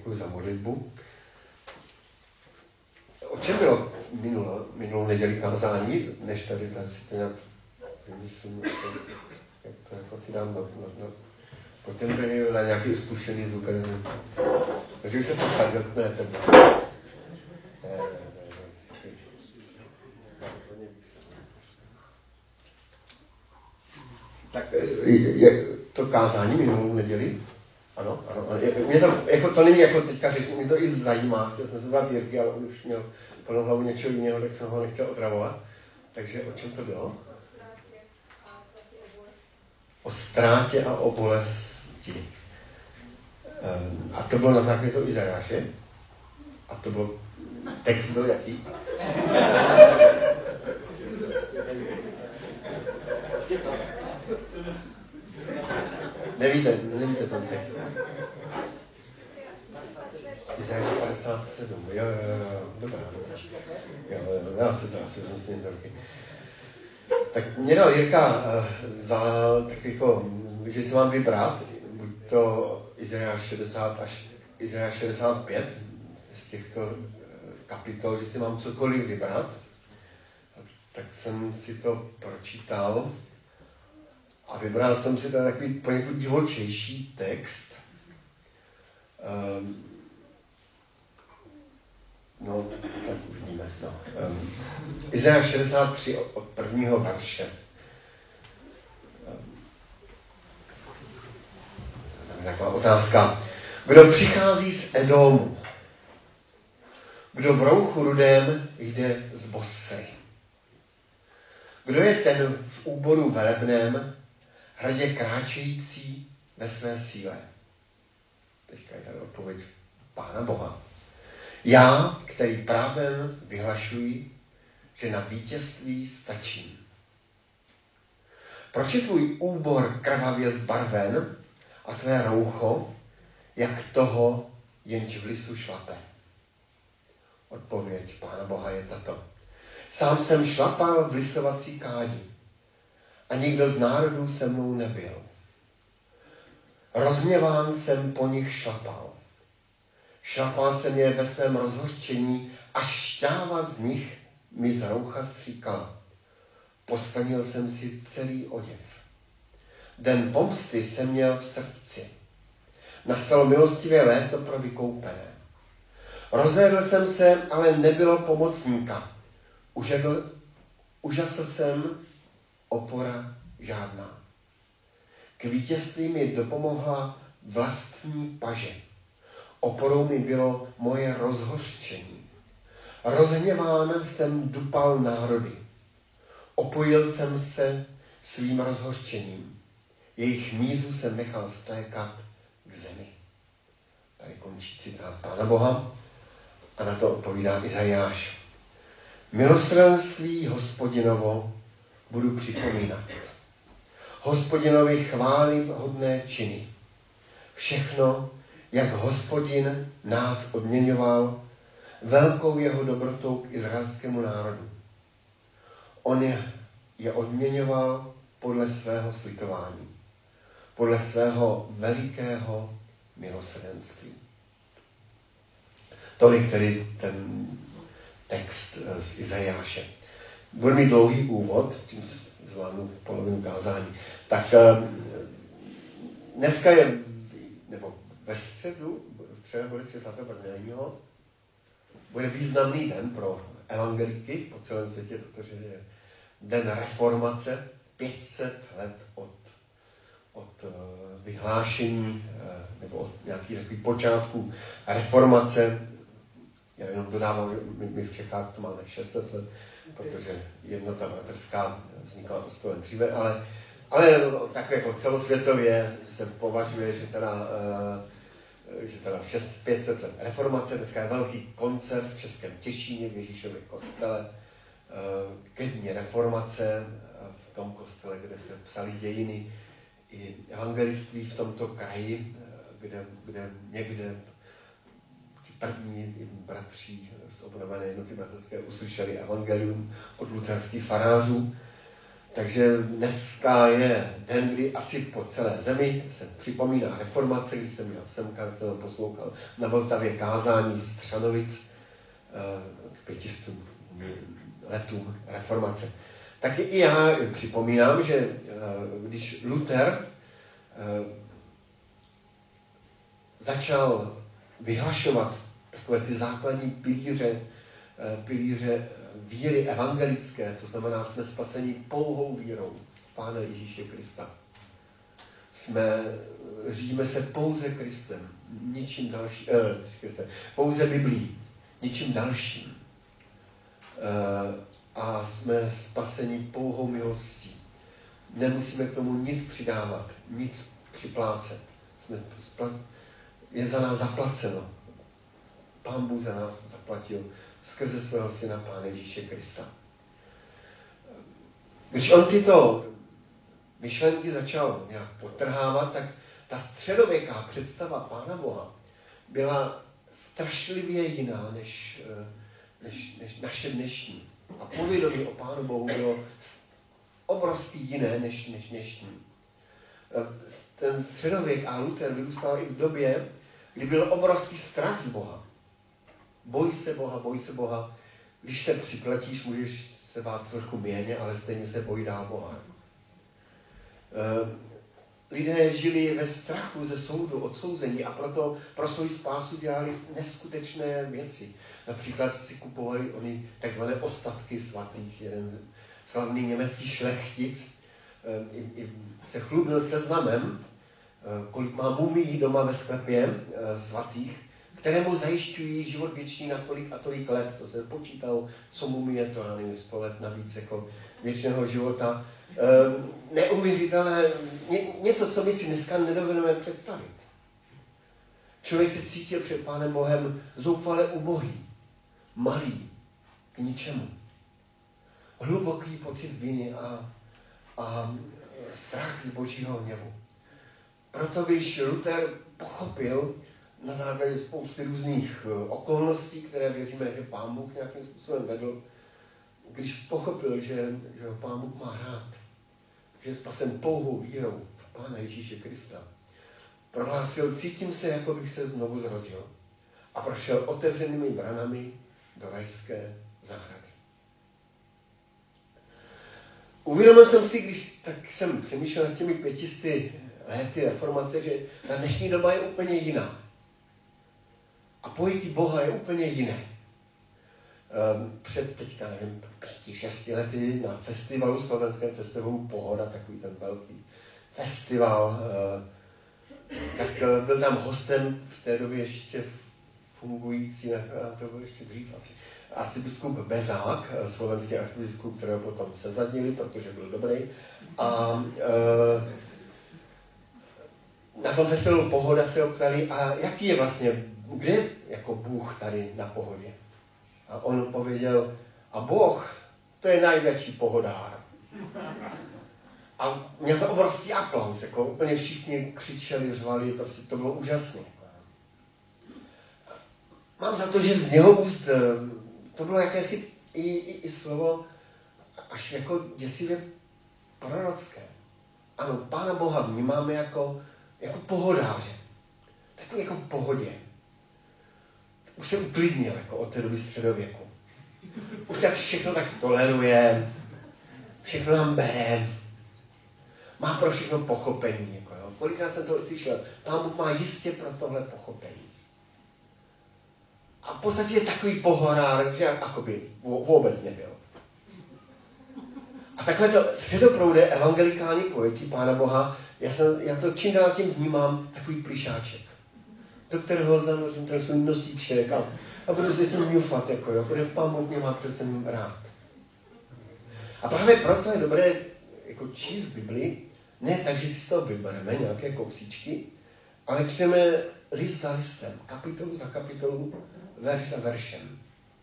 děkuji za modlitbu. O čem bylo minulou neděli kázání, než tady si nějak vymyslím, jak to jako si dám pro ten byl na nějaký zkušený zvuk. Takže už se posadil, ne, tebe. Tak je to kázání minulou neděli? Ano. Mě to, jako to není jako teďka řešit, mě to i zajímá. Chtěl jsem se zvat Jirky, ale on už měl plnou hlavu něčeho jiného, tak jsem ho nechtěl otravovat. Takže o čem to bylo? O ztrátě a o bolesti. A to bylo na základě toho Izajáše. A to byl, text byl jaký? Nevíte ten text. Izajáš 57. Jo, dobrá. Já se zase jsem taky. Tak mě dal Jirka za tak jako, že si mám vybrat, buď to Izajáš 60 až Izajáš 65 z těchto kapitol, že si mám cokoliv vybrat. Tak jsem si to pročítal a vybral jsem si ten takový poněkud divočejší text. No, tak uvidíme. No. Izajáš 63 od prvního verše. Taková otázka. Kdo přichází z Edomu? Kdo v rouchu rudém jde z Bosry? Kdo je ten v úboru velebném, hrdě kráčející ve své síle? Teďka je tady odpověď Pána Boha. Já, který právem vyhlašuji, že na vítězství stačím. Proč je tvůj úbor krvavě zbarven a tvé roucho, jak toho, jenž v lisu šlape? Odpověď Pána Boha je tato. Sám jsem šlapal v lisovací kádi a nikdo z národů se mnou nebyl. Rozhněván jsem po nich šlapal. Šlapal jsem je ve svém rozhořčení, až šťáva z nich mi z roucha stříkala. Poskvrnil jsem si celý oděv. Den pomsty jsem měl v srdci. Nastalo milostivé léto pro vykoupené. Rozhlédl jsem se, ale nebylo pomocníka. Užasl jsem, opora žádná. K vítězství mi dopomohla vlastní paže. Oporou mi bylo moje rozhořčení. Rozhněván jsem dupal národy. Opojil jsem se svým rozhořčením. Jejich hmyzu jsem nechal stékat k zemi. Tady končí citát Pána Boha a na to odpovídá Izajáš. Milosrdenství Hospodinovo budu připomínat. Hospodinovi chválit hodné činy. Všechno, jak Hospodin nás odměňoval velkou jeho dobrotou k izraelskému národu. On je odměňoval podle svého slitování, podle svého velikého milosrdenství. Tolik tedy ten text z Izajáše. Bude mít dlouhý úvod, tím zvládnu v polovinu kázání. Tak dneska je, nebo ve středu bude 31. Bude významný den pro evangelíky po celém světě, protože je den reformace, 500 let od vyhlášení nebo od nějakých takových počátků reformace. Já jenom dodávám, že my v Čechách to máme 600 let, protože jednota bratrská vznikla o 100 let dříve, ale tak jako celosvětově se považuje, že teda 500 let reformace, dneska je velký koncert v Českém Těšíně v Ježíšově kostele ke dni reformace, v tom kostele, kde se psaly dějiny i evangeliství v tomto kraji, kde někde ti první bratři z obnovené jednoty bratrské uslyšeli evangelium od luterských farářů. Takže dneska je den, kdy asi po celé zemi se připomíná reformace, když jsem měl semka, jsem poslouchal na Vltavě kázání z Třanovic k 500 letům reformace. Tak i já připomínám, že když Luther začal vyhlašovat takové ty základní pilíře víry evangelické, to znamená, jsme spaseni pouhou vírou v Pána Ježíše Krista. Řídíme se pouze Kristem, ničím dalším, pouze Biblií, ničím dalším. A jsme spaseni pouhou milostí. Nemusíme k tomu nic přidávat, nic připlácet. Je za nás zaplaceno. Pán Bůh za nás zaplatil skrze svého syna Pána Ježíše Krista. Když on tyto myšlenky začal nějak potrhávat, tak ta středověká představa Pána Boha byla strašlivě jiná než naše dnešní. A povědomí o Pánu Bohu bylo obrovsky jiné než dnešní. Ten středověk a Luther vyrůstal i v době, kdy byl obrovský strach z Boha. Boj se Boha. Když se připletíš, můžeš se bát trošku méně, ale stejně se bojí dál Boha. Lidé žili ve strachu ze soudu, odsouzení a proto pro svou spásu dělali neskutečné věci. Například si kupovali oni takzvané ostatky svatých. Jeden slavný německý šlechtic se chlubil seznamem, kolik má mumií doma ve sklepě svatých, kterému zajišťují život věčný na tolik a tolik let. To se počítalo, co mumie, to já nevím, 100 let navíc jako věčného života. Neuvěřitelné, něco, co my si dneska nedovedeme představit. Člověk se cítil před Pánem Bohem zoufale ubohý, malý, k ničemu. Hluboký pocit viny a strach z Božího hněvu. Proto když Luther pochopil na základě spousty různých okolností, které věříme, že Pán Bůh nějakým způsobem vedl, když pochopil, že ho Pán Bůh má rád, že je spasen pouhou vírou v Pána Ježíše Krista, prohlásil, cítím se, jako bych se znovu zrodil a prošel otevřenými branami do rajské zahrady. Uvědomil jsem si, když tak jsem přemýšlel nad těmi 500 lety reformace, že ta dnešní doba je úplně jiná. A pojetí Boha je úplně jiné. Před teďka, nevím, 5-6 lety na festivalu, slovenském festivalu Pohoda, takový ten velký festival, tak byl tam hostem v té době ještě fungující, to byl ještě dřív asi, arcibiskup Bezák, slovenský arcibiskup, kterého potom sezadnili, protože byl dobrý. A na tom festivalu Pohoda se optali, a jaký je vlastně, kde jako Bůh tady na pohodě? A on pověděl, a Bůh, to je největší pohodár. A měl to obrovský aplaus, jako úplně všichni křičeli, řvali, prostě to bylo úžasné. Mám za to, že z něho úst to bylo jakési i slovo až jako děsivě prorocké. Ano, Pána Boha vnímáme jako pohodáře. Takový jako v pohodě. Už se uklidnil jako od té doby středověku. Už tak všechno tak toleruje, všechno nám bere, má pro všechno pochopení. Jako, jo. Kolikrát jsem to slyšel, Pán Bůh má jistě pro tohle pochopení. A v podstatě je takový pohorár, že jakoby vůbec nebyl. A takhle to středoproudé evangelikální pojetí Pána Boha, já to čím dál tím vnímám takový plišáček, do kterého zanořím ten svůj nosíček a budu se tím ňufat, jako jo, protože Pán Bůh mě má přece rád. A právě proto je dobré jako číst Bibli, ne tak, že si z toho vybereme nějaké kousíčky, ale čteme list za listem, kapitolu za kapitolu, verš za veršem.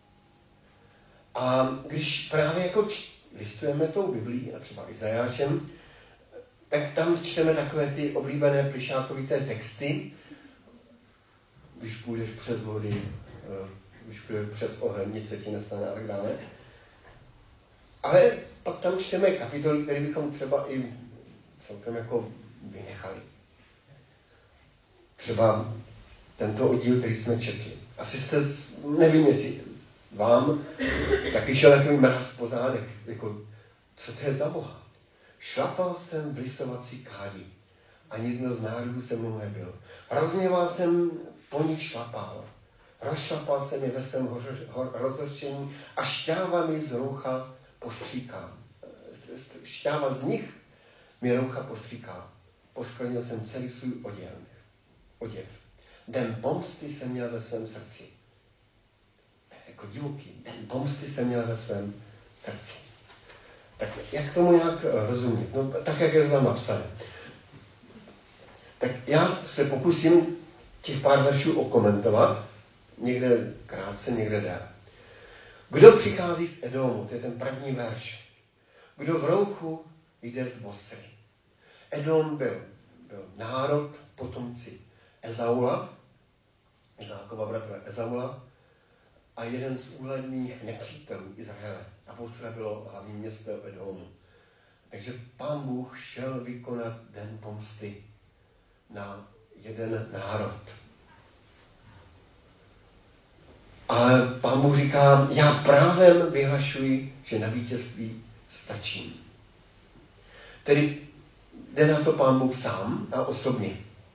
A když právě jako listujeme tou Biblí a třeba Izajášem, tak tam čteme takové ty oblíbené plišákovité texty, když půjdeš přes vody, když půjdeš přes oheň, nic se ti nestane a tak dále. Ale pak tam čteme kapitoly, které bychom třeba i celkem jako vynechali. Třeba tento oddíl, který jsme četli. Asi jste, nevím, jestli vám taky šel takový mraz po zádech, jako, co to je za Boha? Šlapal jsem v lisovací kádi a nikdo z národů se mnou nebyl. Rozněval jsem po nich šlapal. Rozšlapal jsem je ve svém rozhořčení a šťáva mi z roucha postříká. Šťáva z nich mi roucha postříká. Posklenil jsem celý svůj oděv. Den pomsty jsem měl ve svém srdci. Jako divoký. Den pomsty jsem měl ve svém srdci. Tak jak tomu nějak rozumět? No, tak, jak je to tam napsané. Tak já se pokusím těch pár veršů okomentovat. Někde krátce, někde déle. Kdo přichází z Edomu? To je ten první verš. Kdo v rouchu jde z Bosry. Edom byl národ, potomci Ezaula, Izákova bratra Ezaula a jeden z úhledných nepřítelů Izraele. A Bosra bylo hlavní město Edomu. Takže Pán Bůh šel vykonat den pomsty na jeden národ. Ale Pán Bůh říká, já právem vyhlašuji, že na vítězství stačím. Tedy jde na to Pán Bůh sám a osobně.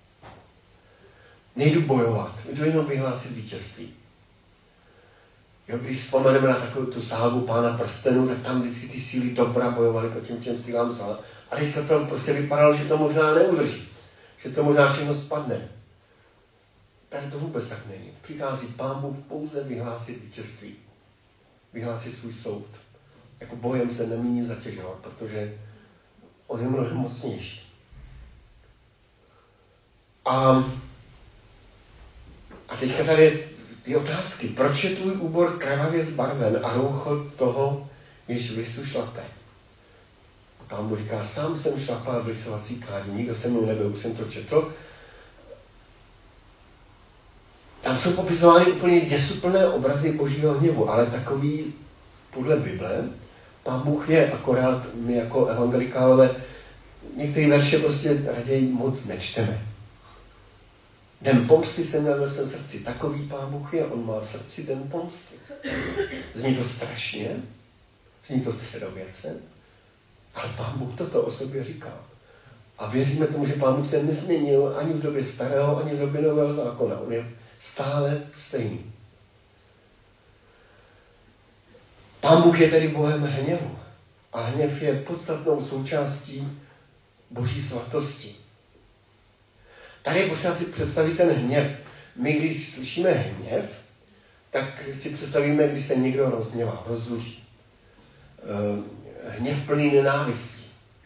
Nejdu bojovat, jdu jenom vyhlásit vítězství. Jo, když vzpomeneme na takovou tu ságu Pána prstenů, tak tam vždycky ty síly dobra bojovaly proti těm sílám zla. A teďka to prostě vypadalo, že to možná neudrží. Že to možná všechno spadne. Tady to vůbec tak není. Přichází Pán Bůh pouze vyhlásit vítězství. Vyhlásit svůj soud. Jako bojem se nemíní zatěžovat, protože on je mnohem mocnější. A teďka tady ty otázky. Proč je tvůj úbor krvavě zbarven a roucho toho, jež v listu šlape? Pán Bůh říká, sám jsem šlapal v lisovací kádi, nikdo se mnou nebyl, už jsem to četl. Tam jsou popisovány úplně děsuplné obrazy Božího hněvu, ale takový, podle Bible, Pán Bůh je, akorát my jako evangelikálové některé verše prostě raději moc nečteme. Den pomsty jsem měl ve svém srdci. Takový Pán Bůh je, on má v srdci den pomsty. Zní to strašně, zní to středověce, ale Pán Bůh toto o sobě říká. A věříme tomu, že Pán Bůh se nezměnil ani v době starého, ani v době nového zákona. On je stále stejný. Pán Bůh je tedy Bohem hněvu. A hněv je podstatnou součástí Boží svatosti. Tady je potřeba si představit ten hněv. My, když slyšíme hněv, tak si představíme, když se někdo rozhněvá, rozzuří. Hněv plný nenávistí.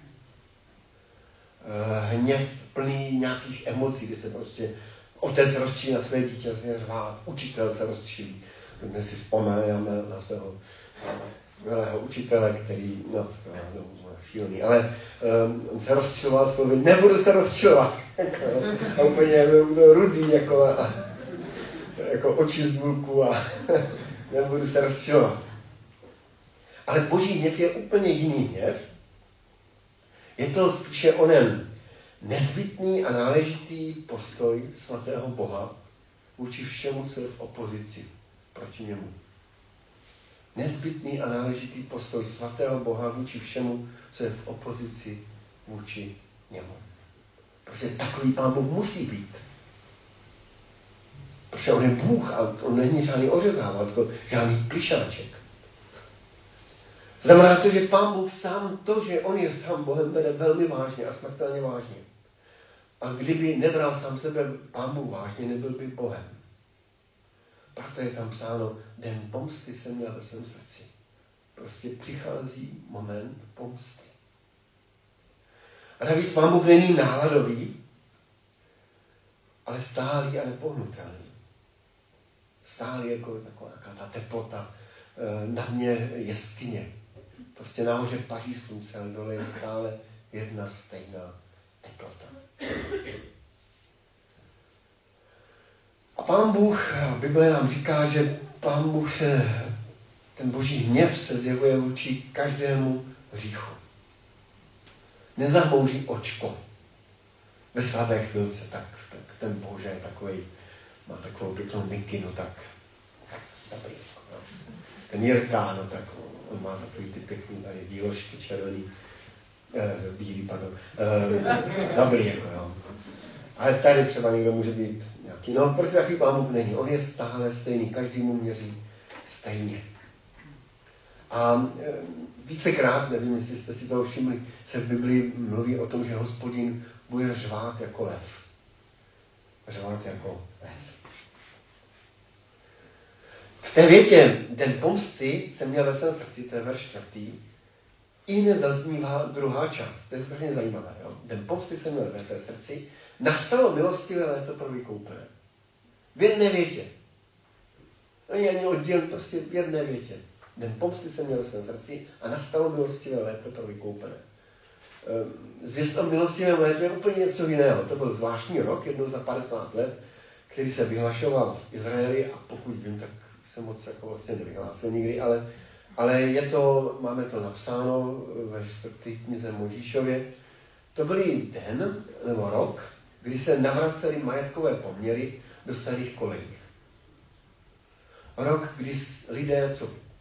Hněv plný nějakých emocí, kdy se prostě otec rozčílí na své dítě, řvát, učitel se rozčílí. Dnes si vzpomeneme na svého skvělého učitele, který, šílený, ale on se rozčiloval slovy, nebudu se rozčilovat. A úplně byl rudý, jako oči z důlku a nebudu se rozčilovat. Ale Boží hněv je úplně jiný hněv. Je to spíše onen nezbytný a náležitý postoj svatého Boha vůči všemu, co je v opozici proti němu. Nezbytný a náležitý postoj svatého Boha vůči všemu, co je v opozici vůči němu. Protože takový Pán Bůh musí být. Protože on je Bůh a on není žádný ořezávat, žádný plišáček. Znamená to, že Pán Bůh sám to, že on je sám Bohem, bere velmi vážně a smrtelně vážně. A kdyby nebral sám sebe Pán Bůh vážně, nebyl by Bohem. Proto je tam psáno, den pomsty jsem měl ve svém srdci. Prostě přichází moment pomsty. A navíc Pán Bůh není náladový, ale stálý a nepohnutelný. Stálý jako taková ta teplota, na dně jeskyně. Prostě nahoře paří slunce, ale dole je stále jedna stejná teplota. A Pán Bůh, Bible nám říká, že Pán Bůh ten Boží hněv se zjevuje vůči každému hříchu. Nezamouří očko ve slabé chvilce, tak ten Bože je takovej, má takovou pěknou mikinu, tak dobrý. No. Ten Jirka, no tak on má takový ty pěkný tady výložky červený, bílý, pardon. Dobrý, jako jo. Ale tady třeba někdo může být nějaký, no prostě takový Pán Bůh není. On je stále stejný, každý mu měří stejně. A vícekrát, nevím, jestli jste si toho všimli, se v Biblii mluví o tom, že Hospodin bude řvát jako lev. Řvát jako lev. V té větě den pomsty jsem měl ve svém srdci, to je verš 4. I nezaznívá druhá část. To je strašně zajímavé. Jo? Den pomsty jsem měl ve svém srdci. Nastalo milostivé léto pro vykoupené. V jedné větě. Není ani oddíl, prostě v jedné větě. Den pomsty jsem měl ve svém srdci a nastalo milostivé léto pro vykoupené. Zvěst o milostivém létu je úplně něco jiného. To byl zvláštní rok, jednou za 50 let, který se vyhlašoval v Izraeli a pokud vím, tak se moc jako vlastně nevyhlásil nikdy, ale je to, máme to napsáno ve 4. knize Mojžíšově. To byl den nebo rok, kdy se navracely majetkové poměry do starých kolejí. Rok, kdy lidé,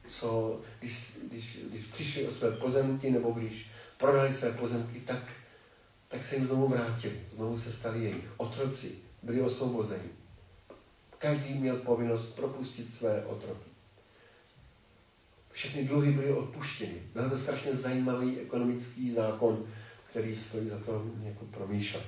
když přišli o své pozemky nebo když prodali své pozemky, tak se jim znovu vrátili. Znovu se stali jejich otroci, byli osvobozeni. Každý měl povinnost propustit své otroky. Všechny dluhy byly odpuštěny. Byl to strašně zajímavý ekonomický zákon, který stojí za to jako promýšlet.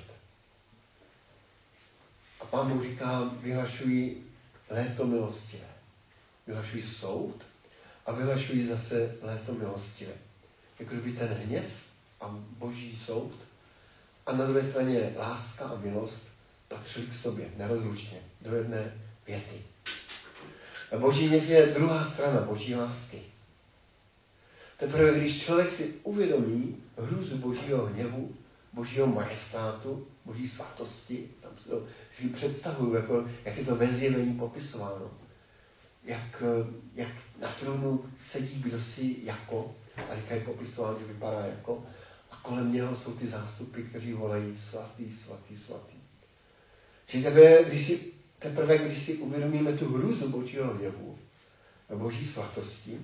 A Pán Bůh říká, vyhlašují léto milostivé. Vyhlašují soud a vyhlašují zase léto milostivé. Jako kdyby ten hněv a boží soud a na druhé straně láska a milost patřili k sobě, nerozlučně, do jedné věty. A boží hněv je druhá strana boží lásky. Teprve, když člověk si uvědomí hrůzu božího hněvu, božího majestátu, boží svatosti, tam si představuju, jak je to ve zjevení popisováno. Jak na trůnu sedí kdosi jako, a říká je popisován, že vypadá jako, a kolem něho jsou ty zástupy, kteří volají svatý, svatý, svatý. Čili teprve, když si uvědomíme tu hrůzu božího hněvu a boží svatosti,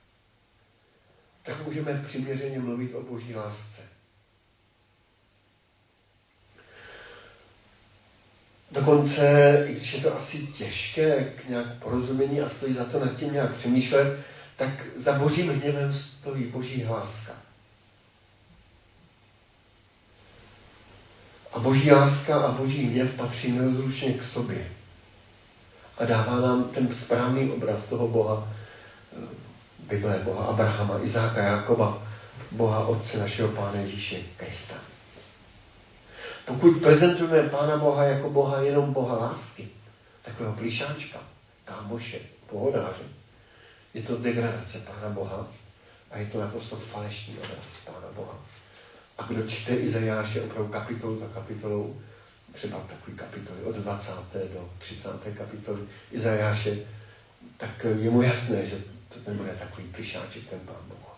tak můžeme přiměřeně mluvit o boží lásce. Dokonce, i když je to asi těžké k nějak porozumění a stojí za to nad tím nějak přemýšlet, tak za božím hněvem stojí boží láska. A boží láska a boží hněv patří nerozlučně k sobě. A dává nám ten správný obraz toho Boha, Bible, Boha Abrahama, Izáka, Jákoba, Boha Otce našeho Pána Ježíše Krista. Pokud prezentujeme Pána Boha jako Boha jenom Boha lásky, takového plíšáčka, kámoše, pohodáře, je to degradace Pána Boha a je to naprosto falešný obraz Pána Boha. A kdo čte Izajáše opravdu kapitolu za kapitolou, třeba takový kapitoly od 20. do 30. kapitoly Izajáše, tak je mu jasné, že to nebude takový plišáček ten Pán Bůh.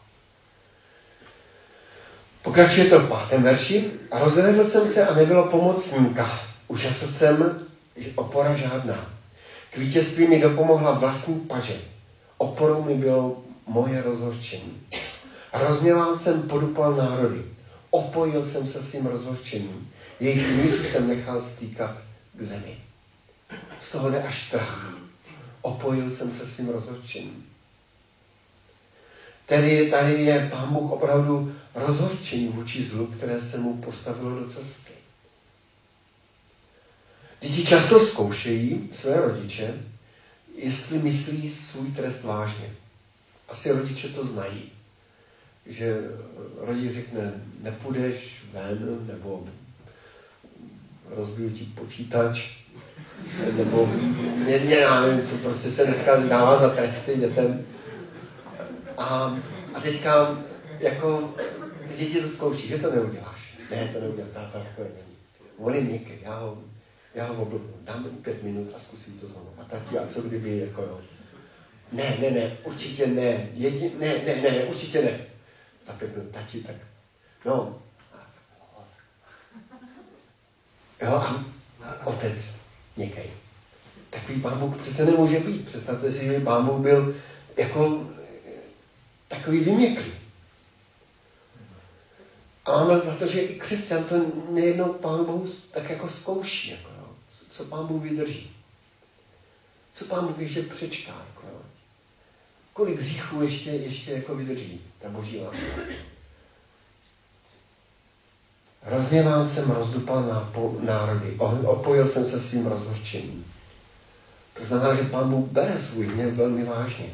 Pokračuje to v 5. verši. A rozhlédl jsem se a nebylo pomocníka. Užasl jsem, že opora žádná. K vítězství mi dopomohla vlastní paže. Oporou mi bylo moje rozhorčení. A rozměval jsem, podupal národy. Opojil jsem se svým rozhorčením. Jejich mířu jsem nechal stýkat k zemi. Z toho jde až strach. Opojil jsem se svým rozhorčením. Tedy tady je Pán Bůh opravdu rozhorčený vůči zlu, které se mu postavilo do cesty. Děti často zkoušejí své rodiče, jestli myslí svůj trest vážně. Asi rodiče to znají. Že rodič řekne, nepůjdeš ven, nebo rozbiju ti počítač, nebo já nevím, co prostě se dneska dává za tresty dětem. A teďka, jako, ty děti to zkouší, že to neuděláš. Ne, to neudělám, táta takové není. On je měkký, já ho oblbnu, dám mu 5 minut a zkusím to znovu. A tati, a co kdyby, jako jo. Ne, určitě ne. Ne, určitě ne. za 5 minut, tati, tak, no. Jo, a otec někej. Takový Pán Bůh přece nemůže být. Představte si, že Pán Bůh byl jako takový vyměklý. A máme za to, že i křesťan to nejednou Pán Bůh tak jako zkouší. Jako, jo. Co Pán Bůh vydrží. Co Pán Bůh ještě přečká. Jako, jo. Kolik hříchů ještě jako vydrží ta boží láska. Rozněván jsem, rozdupal na národy. Opojil jsem se svým rozhorčením. To znamená, že Pán Bůh bere svůj hněv velmi vážně.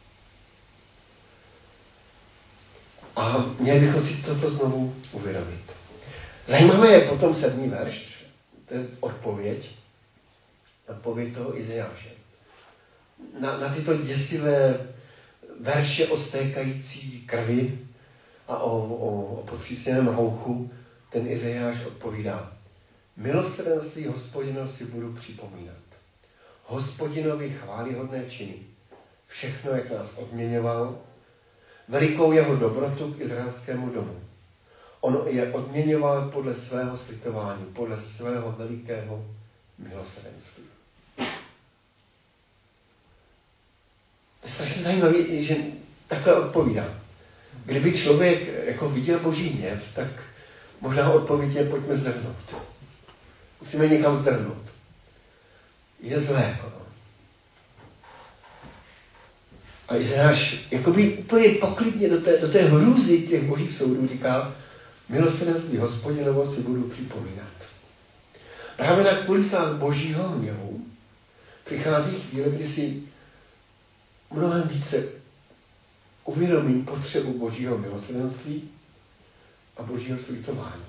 A měli bychom si toto znovu uvědomit. Zajímavé je potom 7. verš, to je odpověď toho Izajáše. Na tyto děsivé verše o stékající krvi a o potřísněném rouchu ten Izajáš odpovídá. Milosrdenství Hospodinov si budu připomínat. Hospodinovi chvályhodné činy. Všechno, jak nás odměňoval, velikou jeho dobrotu k izraelskému domu. On je odměňoval podle svého slitování, podle svého velikého milosrdenství. To je strašně zajímavé, že takhle odpovídá. Kdyby člověk jako viděl boží hněv, tak možná odpověď je, pojďme zdrhnout. Musíme někam zdrhnout. Je zlé. A Izajáš jakoby úplně poklidně do té hrůzy těch božích soudů říká, milosrdenství Hospodinovo si budu připomínat. Právě na kulisách božího hněvu přichází chvíle, kdy si mnohem více uvědomím potřebu božího milosrdenství a božího slitování.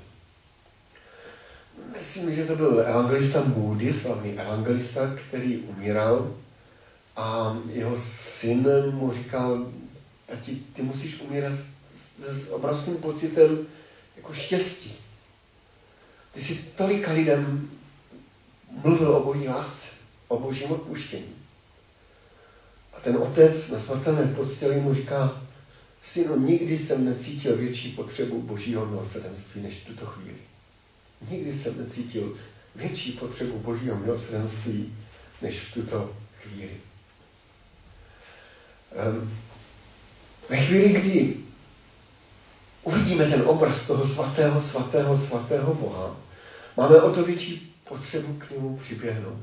Myslím, že to byl evangelista Moody, slavný evangelista, který umíral a jeho syn mu říkal, tati, ty musíš umírat s obrovským pocitem jako štěstí. Ty jsi tolika lidem mluvil o boží lásce, o božím odpuštění. A ten otec na smrtelné posteli mu říká, synu, nikdy jsem necítil větší potřebu božího milosrdenství než v tuto chvíli. Nikdy jsem necítil větší potřebu božího milosrdenství než v tuto chvíli. Ve chvíli, kdy uvidíme ten obraz toho svatého Boha, máme o to větší potřebu k němu přiběhnout.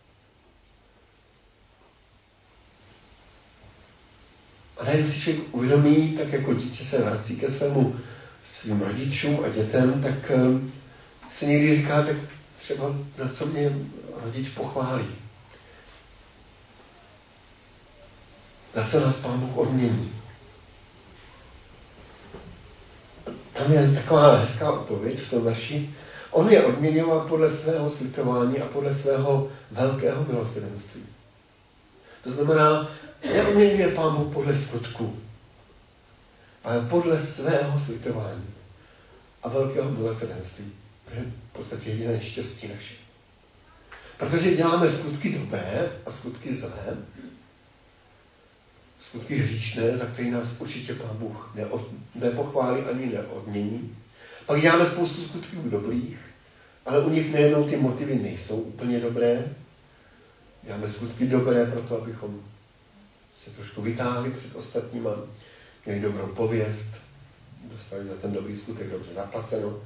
A najednou si člověk uvědomí, tak jako dítě se vrací ke svým rodičům a dětem, tak se někdy říká, tak třeba za co mě rodič pochválí. Za co nás Pán Bůh odmění. Tam je taková hezká odpověď v tom verši. On je odměňoval podle svého slitování a podle svého velkého milosrdenství. To znamená, neodměňuje Pán Bůh podle skutku, ale podle svého slitování a velkého milosrdenství. To je v podstatě jediné štěstí naše. Protože děláme skutky dobré a skutky zlé, skutky hříšné, za které nás určitě Pán Bůh nepochválí ani neodmění. Pak děláme spoustu skutků dobrých, ale u nich nejednou ty motivy nejsou úplně dobré. Děláme skutky dobré proto, abychom se trošku vytáhli před ostatníma, měli dobrou pověst, dostali za ten dobrý skutek dobře zaplaceno.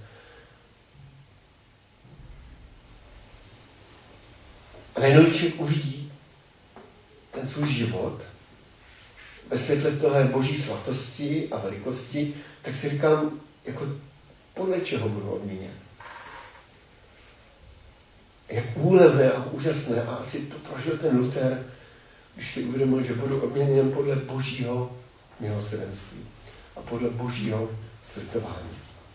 A najednou člověk uvidí ten svůj život ve světle toho boží svatosti a velikosti, tak si říkám, jako podle čeho budu odměněn. Jak úlevné a úžasné, a asi to prožil ten Luther, když si uvědomil, že budu odměněn podle božího milosrdenství a podle božího slitování.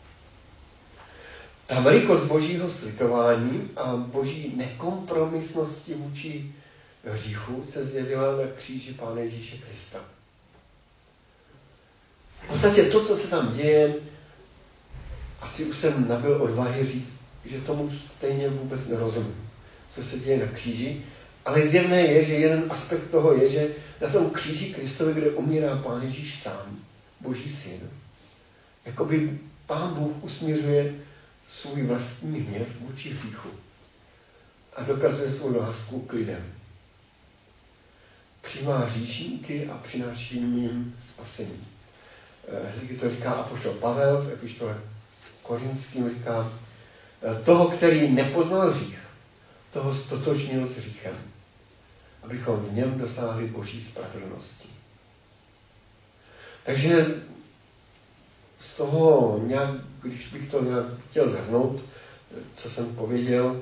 Ta velikost božího slitování a boží nekompromisnosti vůči hříchu se zjevila na kříži Pána Ježíše Krista. V podstatě to, co se tam děje, asi už jsem nabyl odvahy říct, že tomu stejně vůbec nerozumím, co se děje na kříži, ale zjevné je, že jeden aspekt toho je, že na tom kříži Kristovi, kde umírá Pán Ježíš sám, Boží syn, Jakoby Pán Bůh usměřuje svůj vlastní hněv vůči hříchu a dokazuje svou lásku k lidem. Přijímá hříšníky a přináší jim spasení. Hezky to říká apoštol Pavel v epištole Korinským, říká, toho, který nepoznal hřích, toho stotožnil s hříchem, abychom v něm dosáhli Boží spravedlnosti. Takže z toho nějak, když bych to nějak chtěl shrnout, co jsem pověděl,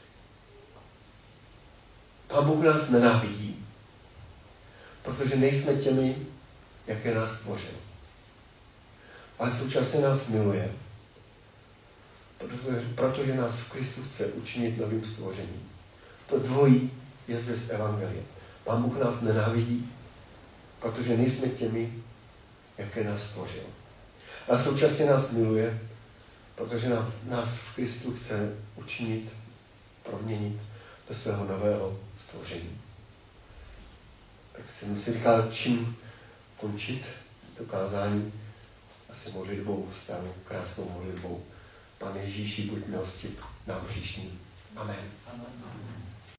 Pán Bůh nás nenávidí, protože nejsme těmi, jaké nás stvořil. Ale současně nás miluje, protože nás v Kristu chce učinit novým stvořením. To dvojí je zde z Evangelia. Pán Bůh nás nenávidí, protože nejsme těmi, jaké nás stvořil. A současně nás miluje, protože nás v Kristu chce učinit, proměnit do svého nového stvoření. Tak jsem si říkal, čím končit to kázání. Asi modlitbou, starou krásnou modlitbou. Pane Ježíši, buď milostiv nám hříšným. Amen. Amen.